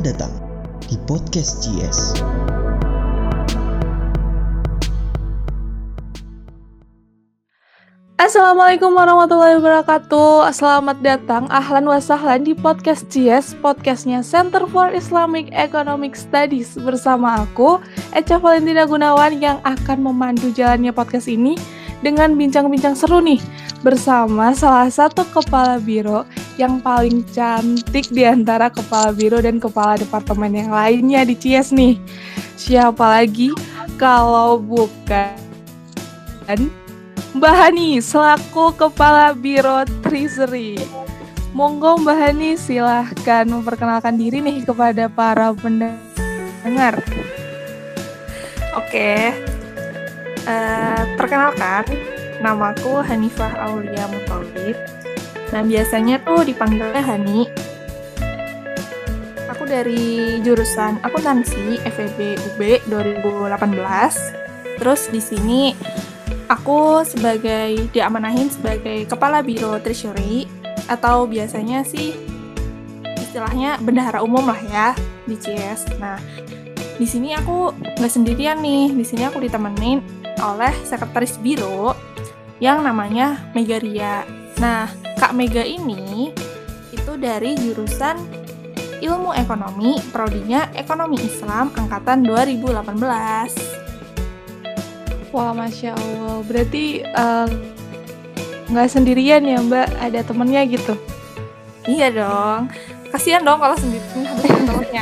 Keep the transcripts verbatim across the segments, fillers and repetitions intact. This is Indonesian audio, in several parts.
Selamat datang di Podcast C S. Assalamualaikum warahmatullahi wabarakatuh. Selamat datang, ahlan wa sahlan di Podcast C S, podcastnya Center for Islamic Economic Studies. Bersama aku, Echa Valentina Gunawan, yang akan memandu jalannya podcast ini dengan bincang-bincang seru nih, bersama salah satu kepala biro yang paling cantik di antara kepala biro dan kepala departemen yang lainnya di C S nih. Siapa lagi kalau bukan Mbak Hani selaku Kepala Biro Treasury. Monggo Mbak Hani, silahkan memperkenalkan diri nih kepada para pendengar. Oke, uh, perkenalkan, namaku Hanifah Aulia Muthalib. Nah, biasanya tuh dipanggilnya Hani. Aku dari jurusan akuntansi F E B U B dua ribu delapan belas. Terus di sini aku sebagai diamanahin sebagai Kepala Biro Treasury, atau biasanya sih istilahnya bendahara umum lah ya di C S. Nah, di sini aku nggak sendirian nih. Di sini aku ditemenin oleh sekretaris biro yang namanya Mega Ria. Nah, Kak Mega ini itu dari jurusan Ilmu Ekonomi, prodinya Ekonomi Islam angkatan dua ribu delapan belas. Wah, Masya Allah. Berarti uh, nggak sendirian ya Mbak, ada temennya gitu? Iya dong. Kasihan dong kalau sendirian harus ada temennya.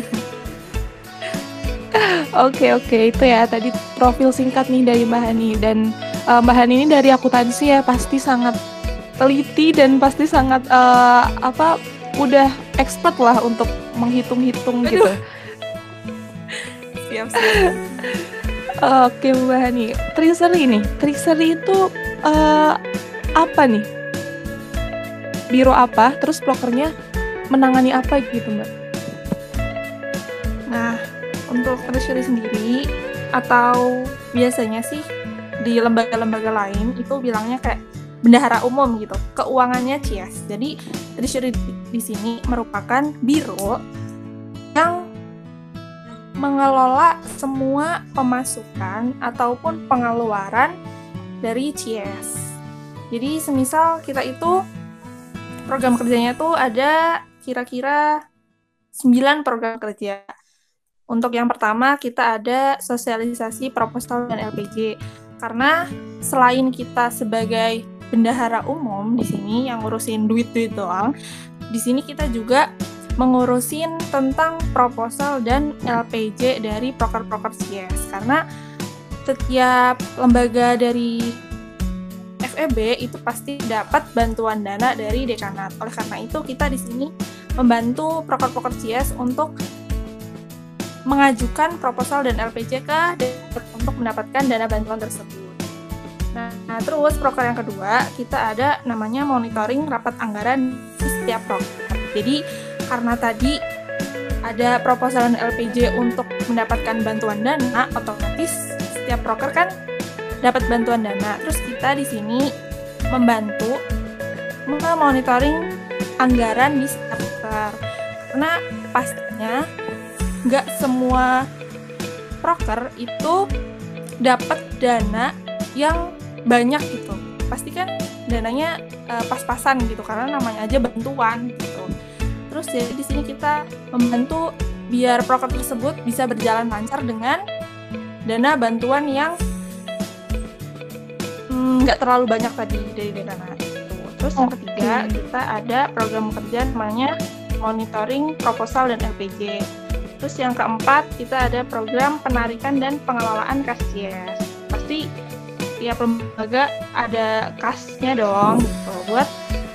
Oke, oke. Itu ya tadi profil singkat nih dari Mbak Hani. Dan uh, Mbak Hani ini dari akuntansi ya, pasti sangat teliti dan pasti sangat uh, apa udah expert lah untuk menghitung-hitung. Aduh. Gitu. Siap-siap. Oke Mbak Hani, Treasury nih, Treasury itu uh, apa nih? Biro apa? Terus prokernya menangani apa gitu Mbak? Nah, untuk Treasury sendiri atau biasanya sih di lembaga-lembaga lain itu bilangnya kayak bendahara umum gitu, keuangannya C S. Jadi Treasury di sini merupakan biro yang mengelola semua pemasukan ataupun pengeluaran dari C S. Jadi semisal kita itu program kerjanya tuh ada kira-kira sembilan program kerja. Untuk yang pertama kita ada sosialisasi proposal dan L P J. Karena selain kita sebagai bendahara umum di sini yang ngurusin duit-duit doang, di sini kita juga mengurusin tentang proposal dan L P J dari proker-proker C S. Karena setiap lembaga dari F E B itu pasti dapat bantuan dana dari dekanat. Oleh karena itu kita di sini membantu proker-proker C S untuk mengajukan proposal dan L P J ke dekanat untuk mendapatkan dana bantuan tersebut. Nah, nah, terus proker yang kedua kita ada namanya monitoring rapat anggaran di setiap proker. Jadi karena tadi ada proposal dan L P J untuk mendapatkan bantuan dana, otomatis setiap proker kan dapat bantuan dana. Terus kita di sini membantu memonitoring anggaran di setiap proker. Karena pastinya nggak semua proker itu dapat dana yang banyak gitu. Pasti kan dananya uh, pas-pasan gitu, karena namanya aja bantuan gitu. Terus jadi di sini kita membantu biar proker tersebut bisa berjalan lancar dengan dana bantuan yang nggak hmm, terlalu banyak tadi dari dekanat. Terus yang ketiga kita ada program kerja namanya monitoring proposal dan L P J. Terus yang keempat kita ada program penarikan dan pengelolaan kas C S. Pasti tiap lembaga ada kasnya dong gitu, buat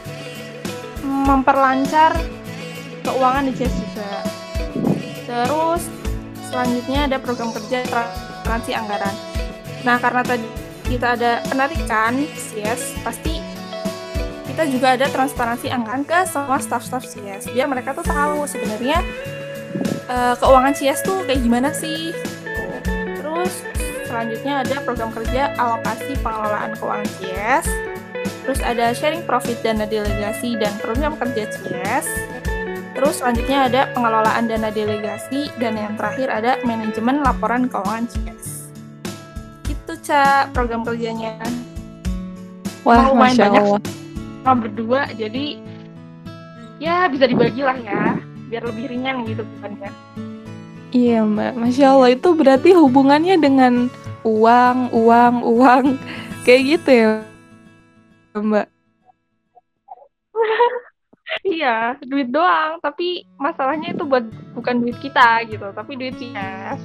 memperlancar keuangan di C S juga. Terus selanjutnya ada program kerja transparansi anggaran. Nah, karena tadi kita ada penarikan C S, pasti kita juga ada transparansi anggaran ke semua staff-staff C S, biar mereka tuh tahu sebenarnya uh, keuangan C S tuh kayak gimana sih. Terus selanjutnya ada program kerja alokasi pengelolaan keuangan C S. Terus ada sharing profit dana delegasi dan program kerja C S. terus selanjutnya ada pengelolaan dana delegasi, dan yang terakhir ada manajemen laporan keuangan C I S. Gitu, Ca, program kerjanya. Wah, Mau lumayan Masya banyak Allah. sama berdua, jadi ya bisa dibagi lah ya, biar lebih ringan gitu bukannya. Iya Mbak, Masya Allah, itu berarti hubungannya dengan uang, uang, uang, kayak gitu ya Mbak? Iya, duit doang, tapi masalahnya itu buat bukan duit kita gitu, tapi duit C I S.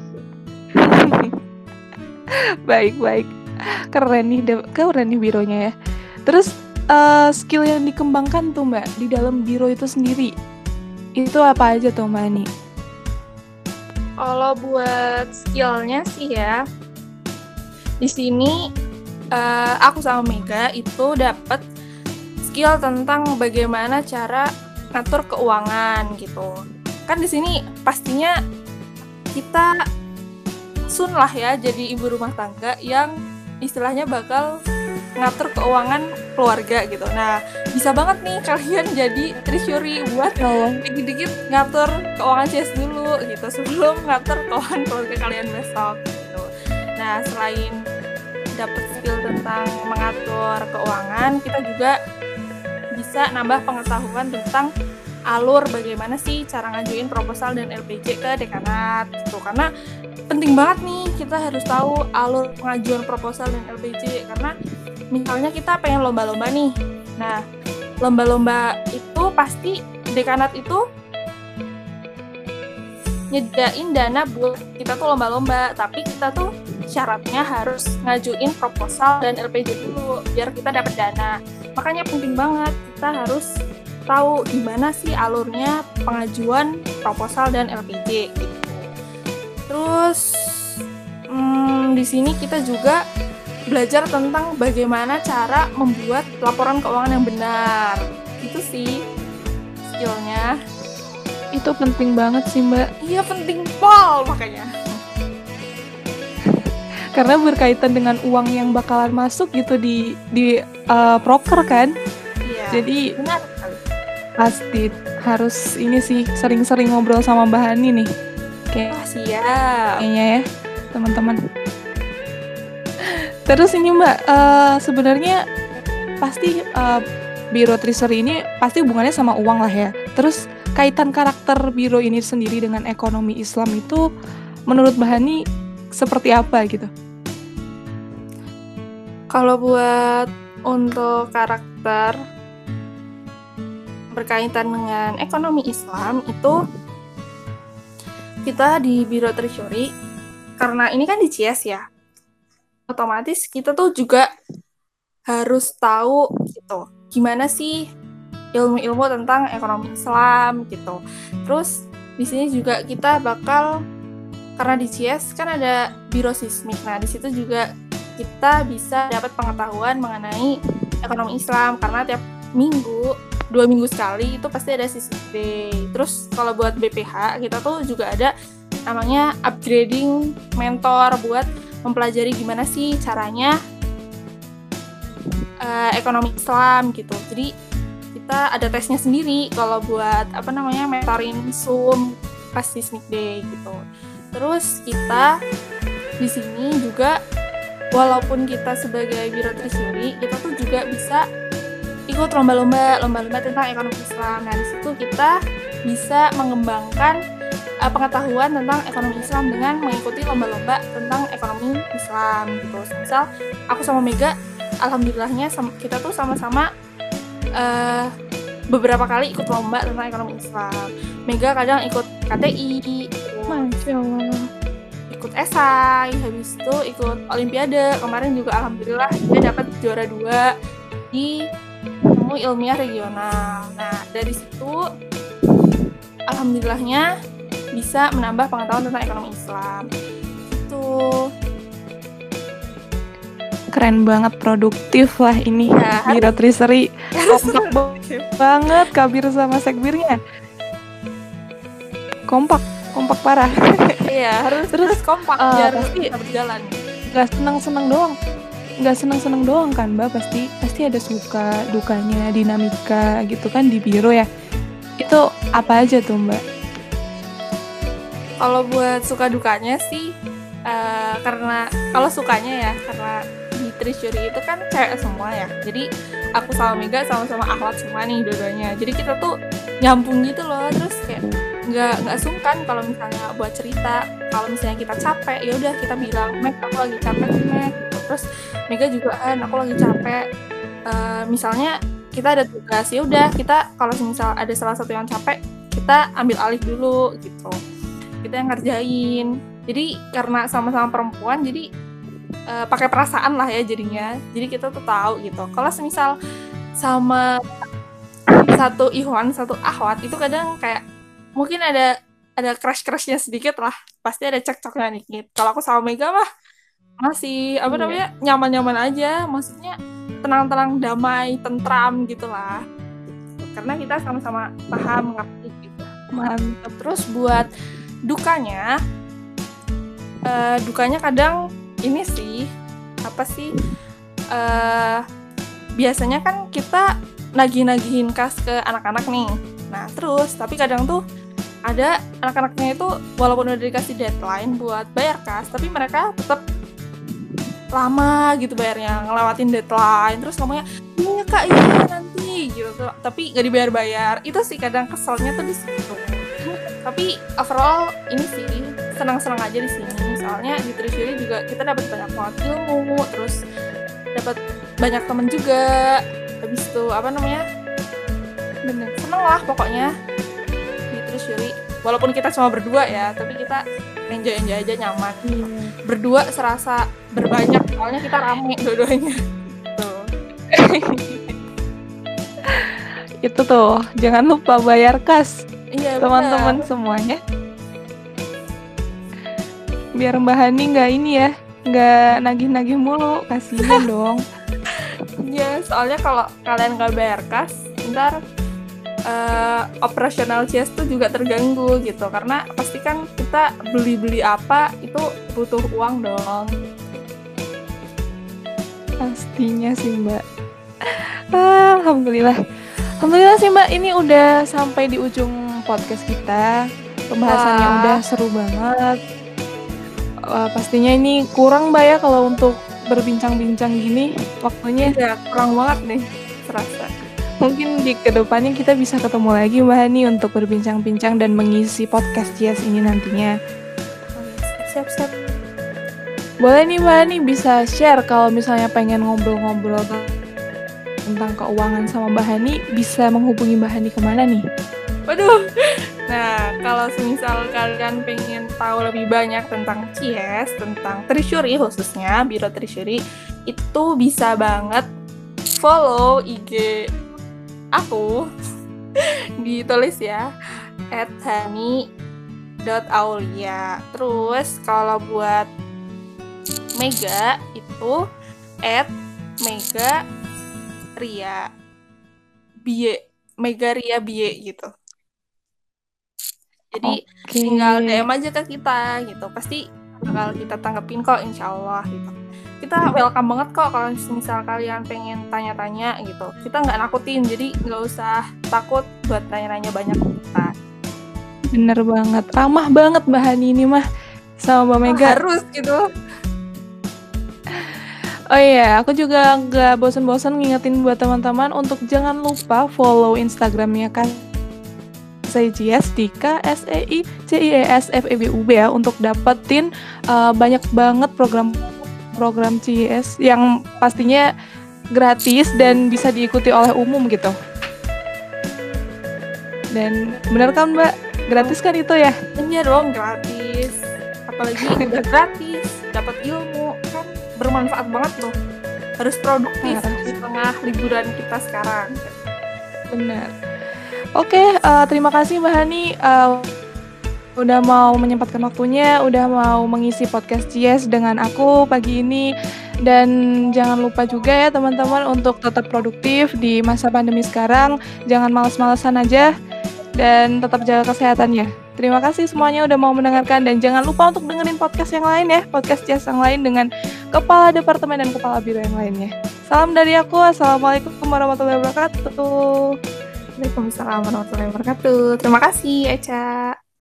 Baik-baik, keren nih, de- keren nih bironya ya. Terus eh, skill yang dikembangkan tuh Mbak di dalam biro itu sendiri, itu apa aja tuh Mbak Ani? Kalau buat skillnya sih ya, di sini eh, aku sama Mega itu dapat skill tentang bagaimana cara ngatur keuangan gitu. Kan di sini pastinya kita sun lah ya jadi ibu rumah tangga yang istilahnya bakal ngatur keuangan keluarga gitu. Nah, bisa banget nih kalian jadi treasury buat Ya Allah. dikit-dikit ngatur keuangan C I S dulu gitu sebelum ngatur keuangan keluarga kalian besok gitu. Nah, selain dapat skill tentang mengatur keuangan, kita juga bisa nambah pengetahuan tentang alur bagaimana sih cara ngajuin proposal dan L P J ke dekanat gitu. Karena penting banget nih kita harus tahu alur pengajuan proposal dan L P J, karena misalnya kita pengen lomba-lomba nih. Nah, lomba-lomba itu pasti dekanat itu nyediain dana buat kita tuh lomba-lomba, tapi kita tuh syaratnya harus ngajuin proposal dan L P J dulu biar kita dapat dana. Makanya penting banget kita harus tahu gimana sih alurnya pengajuan proposal dan L P J gitu. Terus hmm, di sini kita juga belajar tentang bagaimana cara membuat laporan keuangan yang benar. Itu sih skillnya. Itu penting banget sih Mbak, Iya penting pol makanya. karena berkaitan dengan uang yang bakalan masuk gitu di di uh, proker kan. Iya. Jadi Benar sekali. pasti harus ini sih sering-sering ngobrol sama Mbak Hani nih. Kayak Wah, siap. kayaknya ya teman-teman. Terus ini Mbak, eh, sebenarnya pasti eh, biro treasury ini pasti hubungannya sama uang lah ya. Terus kaitan karakter biro ini sendiri dengan ekonomi Islam itu menurut Mbak Hani seperti apa gitu? Kalau buat untuk karakter berkaitan dengan ekonomi Islam itu kita di Biro Treasury, karena ini kan di C I S ya, otomatis kita tuh juga harus tahu gitu gimana sih ilmu-ilmu tentang ekonomi Islam gitu. Terus di sini juga kita bakal, karena di C I S kan ada Biro Sismik, nah di situ juga kita bisa dapat pengetahuan mengenai ekonomi Islam, karena tiap minggu, dua minggu sekali itu pasti ada Sismik Day. Terus kalau buat B P H kita tuh juga ada namanya upgrading mentor buat mempelajari gimana sih caranya uh, ekonomi Islam gitu. Jadi kita ada tesnya sendiri kalau buat apa namanya mentorin Zoom pas Sismik Day gitu. Terus kita di sini juga walaupun kita sebagai Biro Treasury, kita tuh juga bisa ikut lomba-lomba, lomba-lomba tentang ekonomi Islam. Nah, di situ kita bisa mengembangkan uh, pengetahuan tentang ekonomi Islam dengan mengikuti lomba-lomba tentang ekonomi Islam gitu. Misal aku sama Mega, alhamdulillahnya kita tuh sama-sama uh, beberapa kali ikut lomba tentang ekonomi Islam. Mega kadang ikut K T I, Masya Allah. ikut esai, habis itu ikut olimpiade. Kemarin juga alhamdulillah dia dapat juara dua di ilmu ilmiah regional. Nah, dari situ alhamdulillahnya bisa menambah pengetahuan tentang ekonomi Islam. Itu Keren banget, produktif lah ini Ya, harus- Biro Treasury. harus Kompak banget kabir sama sekbirnya. Kompak, kompak parah. Iya, harus terus kompak eh, biar pasti- bisa berjalan. Gak senang-senang doang, gak senang-senang doang kan Mbak, pasti pasti ada suka dukanya, dinamika gitu kan di biro ya. Itu apa aja tuh Mbak? Kalau buat suka dukanya sih, uh, karena kalau sukanya ya, karena di Treasury itu kan cewek semua ya. Jadi aku sama Mega sama-sama akhwat semua nih dua-duanya. Jadi kita tuh nyambung gitu loh. Terus kayak nggak nggak sungkan kalau misalnya buat cerita. Kalau misalnya kita capek, ya udah kita bilang, Meg aku lagi capek nih Meg. Gitu. Terus Mega juga kan, aku lagi capek. Uh, misalnya kita ada tugas, ya udah kita kalau misal ada salah satu yang capek, kita ambil alih dulu gitu. Kita yang ngerjain. Jadi karena sama-sama perempuan, jadi uh, pakai perasaan lah ya jadinya. Jadi kita tuh tahu gitu. Kalau semisal sama satu ikhwan, satu akhwat, itu kadang kayak mungkin ada ada crush-crushnya sedikit lah. Pasti ada cekcoknya dikit. Kalau aku sama Mega mah masih apa namanya yeah. nyaman-nyaman aja. Maksudnya tenang-tenang, damai, tentram gitulah. Karena kita sama-sama paham, ngerti gitu. Mantap. Terus buat dukanya, uh, dukanya kadang ini sih, apa sih, uh, biasanya kan kita nagih-nagihin kas ke anak-anak nih. Nah terus, tapi kadang tuh ada anak-anaknya itu walaupun udah dikasih deadline buat bayar kas, tapi mereka tetap lama gitu bayarnya, ngelewatin deadline. Terus ngomongnya, iya kak, iya nanti gitu, tapi nggak dibayar-bayar. Itu sih kadang keselnya tuh di situ. Tapi overall ini sih senang-senang aja di sini. Soalnya di Treasury juga kita dapat banyak banget ilmu, terus dapat banyak temen juga. Habis itu apa namanya? Bener, seneng lah pokoknya di Treasury. Walaupun kita cuma berdua ya, tapi kita enjoy-enjoy aja, nyaman. Hmm. Berdua serasa berbanyak, soalnya kita rame dua-duanya. Tuh. Itu tuh, jangan lupa bayar kas. Iya, teman-teman bener. Semuanya, biar Mbak Hani nggak ini ya, nggak nagih-nagih mulu, kasihan dong. Ya, soalnya kalau kalian nggak bayar kas, ntar uh, operasional C S tuh juga terganggu gitu, karena pasti kan kita beli-beli apa itu butuh uang dong. Pastinya sih Mbak. Alhamdulillah, alhamdulillah sih Mbak, ini udah sampai di ujung podcast kita. Pembahasannya Wah. udah seru banget. Uh, pastinya ini kurang Mbak ya kalau untuk berbincang-bincang gini, waktunya ya kurang banget nih terasa. Mungkin di kedepannya kita bisa ketemu lagi Mbak Hani untuk berbincang-bincang dan mengisi podcast C S ini nantinya. Siap-siap. Boleh nih Mbak Hani bisa share kalau misalnya pengen ngobrol-ngobrol tentang keuangan sama Mbak Hani, bisa menghubungi Mbak Hani kemana nih? Waduh, nah kalau semisal kalian pengen tahu lebih banyak tentang C S, tentang Treasury khususnya, Biro Treasury, itu bisa banget follow I G aku, ditulis ya, at hani dot aulia. Terus kalau buat Mega itu at Mega Ria Bie, Mega Ria Bie gitu. Jadi okay. tinggal D M aja ke kita gitu, pasti bakal kita tanggepin kok insya Allah gitu. Kita welcome banget kok kalau misal kalian pengen tanya-tanya gitu. Kita nggak nakutin, jadi nggak usah takut buat tanya-tanya banyak ke kita. Bener banget, ramah banget Mbak Hani ini mah sama Mbak Mega. Oh, harus gitu. Oh iya, aku juga nggak bosan-bosan ngingetin buat teman-teman untuk jangan lupa follow Instagramnya kan C S di K S E I C I E S F E B U B ya, untuk dapetin uh, banyak banget program-program C S yang pastinya gratis dan bisa diikuti oleh umum gitu. Dan bener kan Mbak, gratis kan itu ya? Iya dong, gratis. Apalagi udah gratis, dapat ilmu kan bermanfaat banget loh. Harus produktif Harus. Di tengah liburan kita sekarang. Benar. Oke, okay, uh, terima kasih Mbak Hani uh, udah mau menyempatkan waktunya, udah mau mengisi podcast C S dengan aku pagi ini. Dan jangan lupa juga ya teman-teman untuk tetap produktif di masa pandemi sekarang. Jangan malas-malasan aja dan tetap jaga kesehatannya. Terima kasih semuanya udah mau mendengarkan, dan jangan lupa untuk dengerin podcast yang lain ya, podcast C S yang lain dengan kepala departemen dan kepala biro yang lainnya. Salam dari aku, assalamualaikum warahmatullahi wabarakatuh. Waalaikumsalam warahmatullahi wabarakatuh. Terima kasih, Eca.